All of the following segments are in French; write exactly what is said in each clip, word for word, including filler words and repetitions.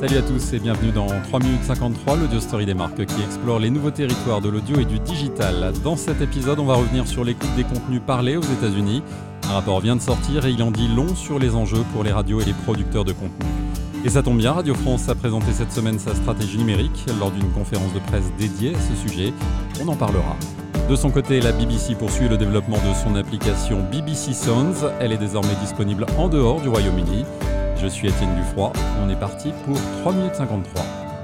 Salut à tous et bienvenue dans trois minutes cinquante-trois, l'audio story des marques qui explore les nouveaux territoires de l'audio et du digital. Dans cet épisode, on va revenir sur l'écoute des contenus parlés aux États-Unis. Un rapport vient de sortir et il en dit long sur les enjeux pour les radios et les producteurs de contenu. Et ça tombe bien, Radio France a présenté cette semaine sa stratégie numérique lors d'une conférence de presse dédiée à ce sujet. On en parlera. De son côté, la B B C poursuit le développement de son application B B C Sounds. Elle est désormais disponible en dehors du Royaume-Uni. Je suis Étienne Dufroy, on est parti pour trois minutes cinquante-trois.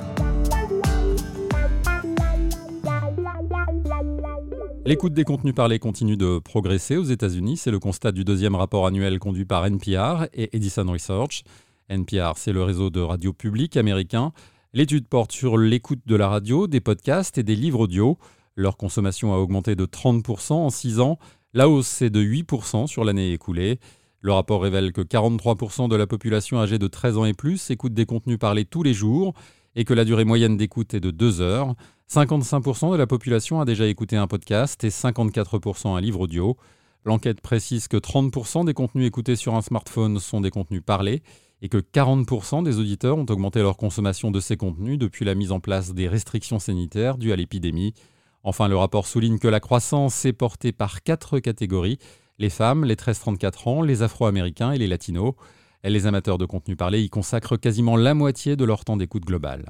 L'écoute des contenus parlés continue de progresser aux États-Unis. C'est le constat du deuxième rapport annuel conduit par N P R et Edison Research. N P R, c'est le réseau de radio public américain. L'étude porte sur l'écoute de la radio, des podcasts et des livres audio. Leur consommation a augmenté de trente pour cent en six ans. La hausse est de huit pour cent sur l'année écoulée. Le rapport révèle que quarante-trois pour cent de la population âgée de treize ans et plus écoute des contenus parlés tous les jours et que la durée moyenne d'écoute est de deux heures. cinquante-cinq pour cent de la population a déjà écouté un podcast et cinquante-quatre pour cent un livre audio. L'enquête précise que trente pour cent des contenus écoutés sur un smartphone sont des contenus parlés et que quarante pour cent des auditeurs ont augmenté leur consommation de ces contenus depuis la mise en place des restrictions sanitaires dues à l'épidémie. Enfin, le rapport souligne que la croissance est portée par quatre catégories. Les femmes, les treize trente-quatre ans, les Afro-Américains et les Latinos. Les amateurs de contenu parlé y consacrent quasiment la moitié de leur temps d'écoute global.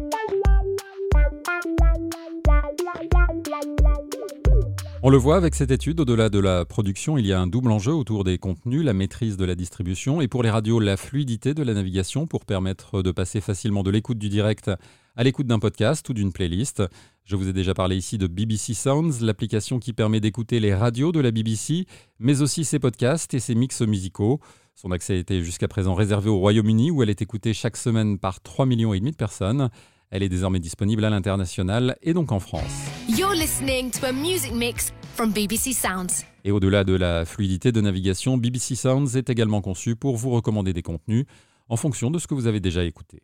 On le voit avec cette étude, au-delà de la production, il y a un double enjeu autour des contenus, la maîtrise de la distribution et pour les radios, la fluidité de la navigation pour permettre de passer facilement de l'écoute du direct à l'écoute d'un podcast ou d'une playlist. Je vous ai déjà parlé ici de B B C Sounds, l'application qui permet d'écouter les radios de la B B C, mais aussi ses podcasts et ses mix musicaux. Son accès était jusqu'à présent réservé au Royaume-Uni où elle est écoutée chaque semaine par trois virgule cinq millions de personnes. Elle est désormais disponible à l'international et donc en France. You're listening to a music mix from B B C Sounds. Et au-delà de la fluidité de navigation, B B C Sounds est également conçu pour vous recommander des contenus en fonction de ce que vous avez déjà écouté.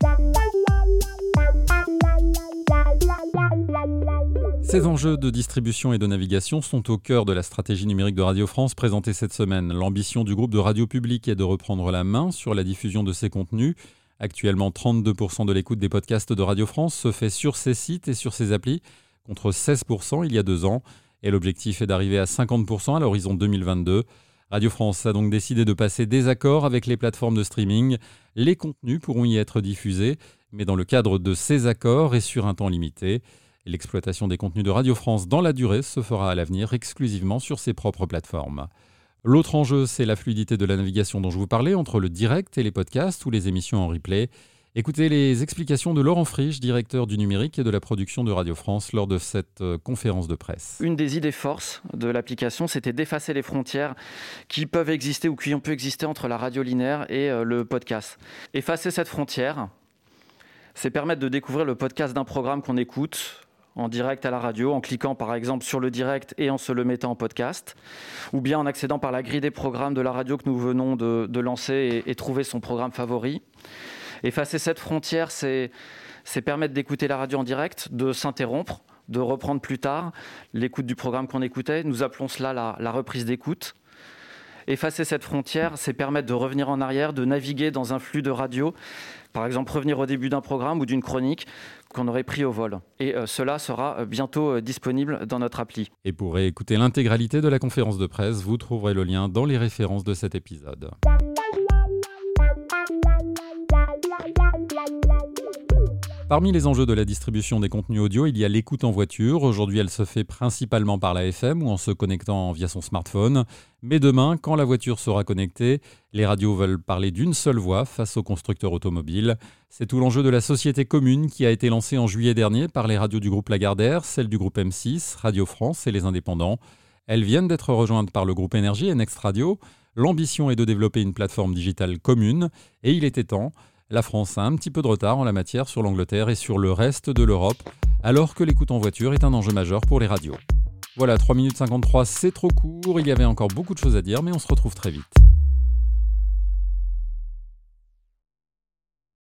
Ces enjeux de distribution et de navigation sont au cœur de la stratégie numérique de Radio France présentée cette semaine. L'ambition du groupe de radio public est de reprendre la main sur la diffusion de ces contenus. Actuellement, trente-deux pour cent de l'écoute des podcasts de Radio France se fait sur ses sites et sur ses applis, contre seize pour cent il y a deux ans. Et l'objectif est d'arriver à cinquante pour cent à l'horizon deux mille vingt-deux. Radio France a donc décidé de passer des accords avec les plateformes de streaming. Les contenus pourront y être diffusés, mais dans le cadre de ces accords et sur un temps limité. L'exploitation des contenus de Radio France dans la durée se fera à l'avenir exclusivement sur ses propres plateformes. L'autre enjeu, c'est la fluidité de la navigation dont je vous parlais entre le direct et les podcasts ou les émissions en replay. Écoutez les explications de Laurent Frisch, directeur du numérique et de la production de Radio France, lors de cette conférence de presse. Une des idées forces de l'application, c'était d'effacer les frontières qui peuvent exister ou qui ont pu exister entre la radio linéaire et le podcast. Effacer cette frontière, c'est permettre de découvrir le podcast d'un programme qu'on écoute en direct à la radio, en cliquant par exemple sur le direct et en se le mettant en podcast, ou bien en accédant par la grille des programmes de la radio que nous venons de, de lancer et, et trouver son programme favori. Effacer cette frontière, c'est, c'est permettre d'écouter la radio en direct, de s'interrompre, de reprendre plus tard l'écoute du programme qu'on écoutait. Nous appelons cela la, la reprise d'écoute. Effacer cette frontière, c'est permettre de revenir en arrière, de naviguer dans un flux de radio, par exemple revenir au début d'un programme ou d'une chronique qu'on aurait pris au vol. Et euh, cela sera bientôt euh, disponible dans notre appli. Et pour réécouter l'intégralité de la conférence de presse, vous trouverez le lien dans les références de cet épisode. Parmi les enjeux de la distribution des contenus audio, il y a l'écoute en voiture. Aujourd'hui, elle se fait principalement par la F M ou en se connectant via son smartphone. Mais demain, quand la voiture sera connectée, les radios veulent parler d'une seule voix face aux constructeurs automobiles. C'est tout l'enjeu de la société commune qui a été lancée en juillet dernier par les radios du groupe Lagardère, celles du groupe M six, Radio France et les indépendants. Elles viennent d'être rejointes par le groupe Énergie et Next Radio. L'ambition est de développer une plateforme digitale commune et il était temps. La France a un petit peu de retard en la matière sur l'Angleterre et sur le reste de l'Europe, alors que l'écoute en voiture est un enjeu majeur pour les radios. Voilà, trois minutes cinquante-trois, c'est trop court, il y avait encore beaucoup de choses à dire, mais on se retrouve très vite.